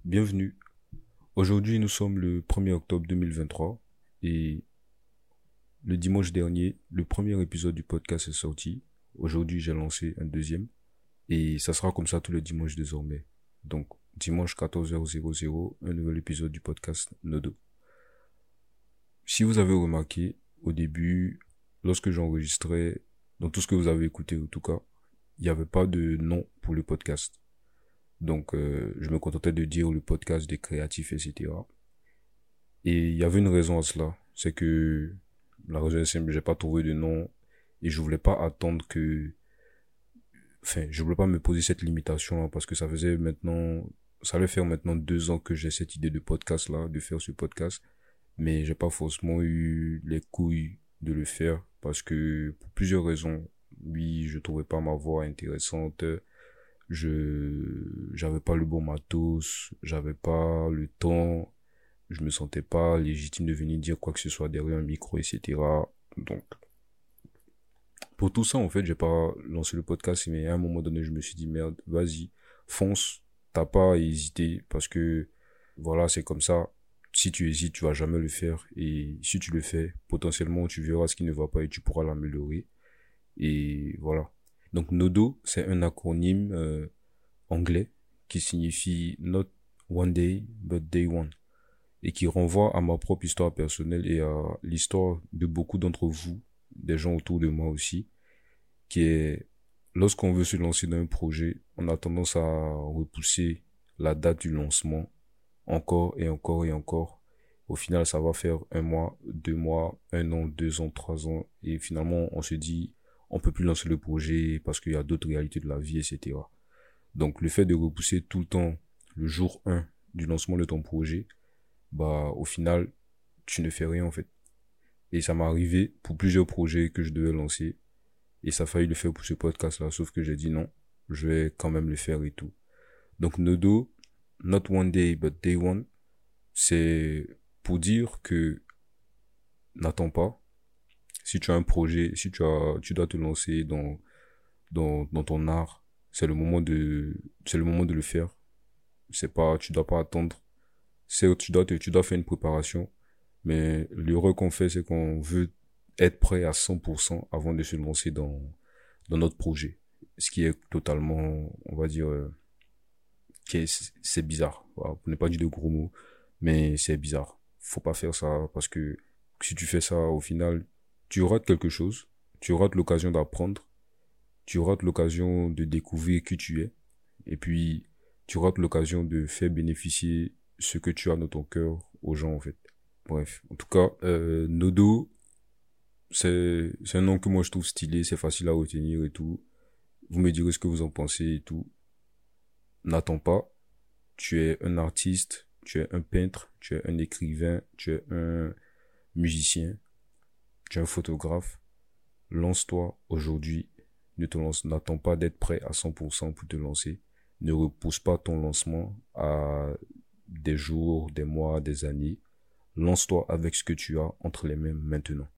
bienvenue. Aujourd'hui, nous sommes le 1er octobre 2023 et le dimanche dernier, le premier épisode du podcast est sorti. Aujourd'hui, j'ai lancé un deuxième et ça sera comme ça tous les dimanches désormais. Donc, dimanche 14h00, un nouvel épisode du podcast Nodo. Si vous avez remarqué, au début, lorsque j'enregistrais, dans tout ce que vous avez écouté en tout cas, il n'y avait pas de nom pour le podcast. Donc, je me contentais de dire le podcast des créatifs, etc. Et il y avait une raison à cela. C'est que la raison est simple, j'ai pas trouvé de nom et je voulais pas attendre je voulais pas me poser cette limitation-là parce que ça allait faire maintenant 2 ans que j'ai cette idée de podcast-là, de faire ce podcast. Mais j'ai pas forcément eu les couilles de le faire parce que pour plusieurs raisons. Oui, je trouvais pas ma voix intéressante. J'avais pas le bon matos, j'avais pas le temps, je me sentais pas légitime de venir dire quoi que ce soit derrière un micro, etc. Donc, pour tout ça, en fait, j'ai pas lancé le podcast, mais à un moment donné, je me suis dit, merde, vas-y, fonce, t'as pas à hésiter, parce que, voilà, c'est comme ça. Si tu hésites, tu vas jamais le faire, et si tu le fais, potentiellement, tu verras ce qui ne va pas et tu pourras l'améliorer. Et voilà. Donc, NODO, c'est un acronyme, anglais qui signifie Not One Day but Day One et qui renvoie à ma propre histoire personnelle et à l'histoire de beaucoup d'entre vous, des gens autour de moi aussi, qui est lorsqu'on veut se lancer dans un projet, on a tendance à repousser la date du lancement encore et encore et encore. Au final, ça va faire 1 mois, 2 mois, 1 an, 2 ans, 3 ans et finalement on se dit on peut plus lancer le projet parce qu'il y a d'autres réalités de la vie, etc. Donc, le fait de repousser tout le temps le jour 1 du lancement de ton projet, bah, au final, tu ne fais rien, en fait. Et ça m'est arrivé pour plusieurs projets que je devais lancer. Et ça a failli le faire pour ce podcast-là, sauf que j'ai dit non, je vais quand même le faire et tout. Donc, Nodo, Not One Day, but Day One, c'est pour dire que n'attends pas. Si tu as un projet, tu dois te lancer dans ton art, c'est le moment de le faire. C'est pas, tu dois pas attendre. Tu dois faire une préparation. Mais l'erreur qu'on fait, c'est qu'on veut être prêt à 100% avant de se lancer dans notre projet. Ce qui est totalement, on va dire, c'est bizarre. Voilà, pour ne pas dire de gros mots, mais c'est bizarre. Faut pas faire ça parce que si tu fais ça, au final, tu rates quelque chose. Tu rates l'occasion d'apprendre. Tu rates l'occasion de découvrir qui tu es. Et puis, tu rates l'occasion de faire bénéficier ce que tu as dans ton cœur aux gens, en fait. Bref. En tout cas, Nodo, c'est un nom que moi je trouve stylé, c'est facile à retenir et tout. Vous me direz ce que vous en pensez et tout. N'attends pas. Tu es un artiste, tu es un peintre, tu es un écrivain, tu es un musicien, tu es un photographe. Lance-toi aujourd'hui. N'attends pas d'être prêt à 100% pour te lancer. Ne repousse pas ton lancement à des jours, des mois, des années. Lance-toi avec ce que tu as entre les mains maintenant.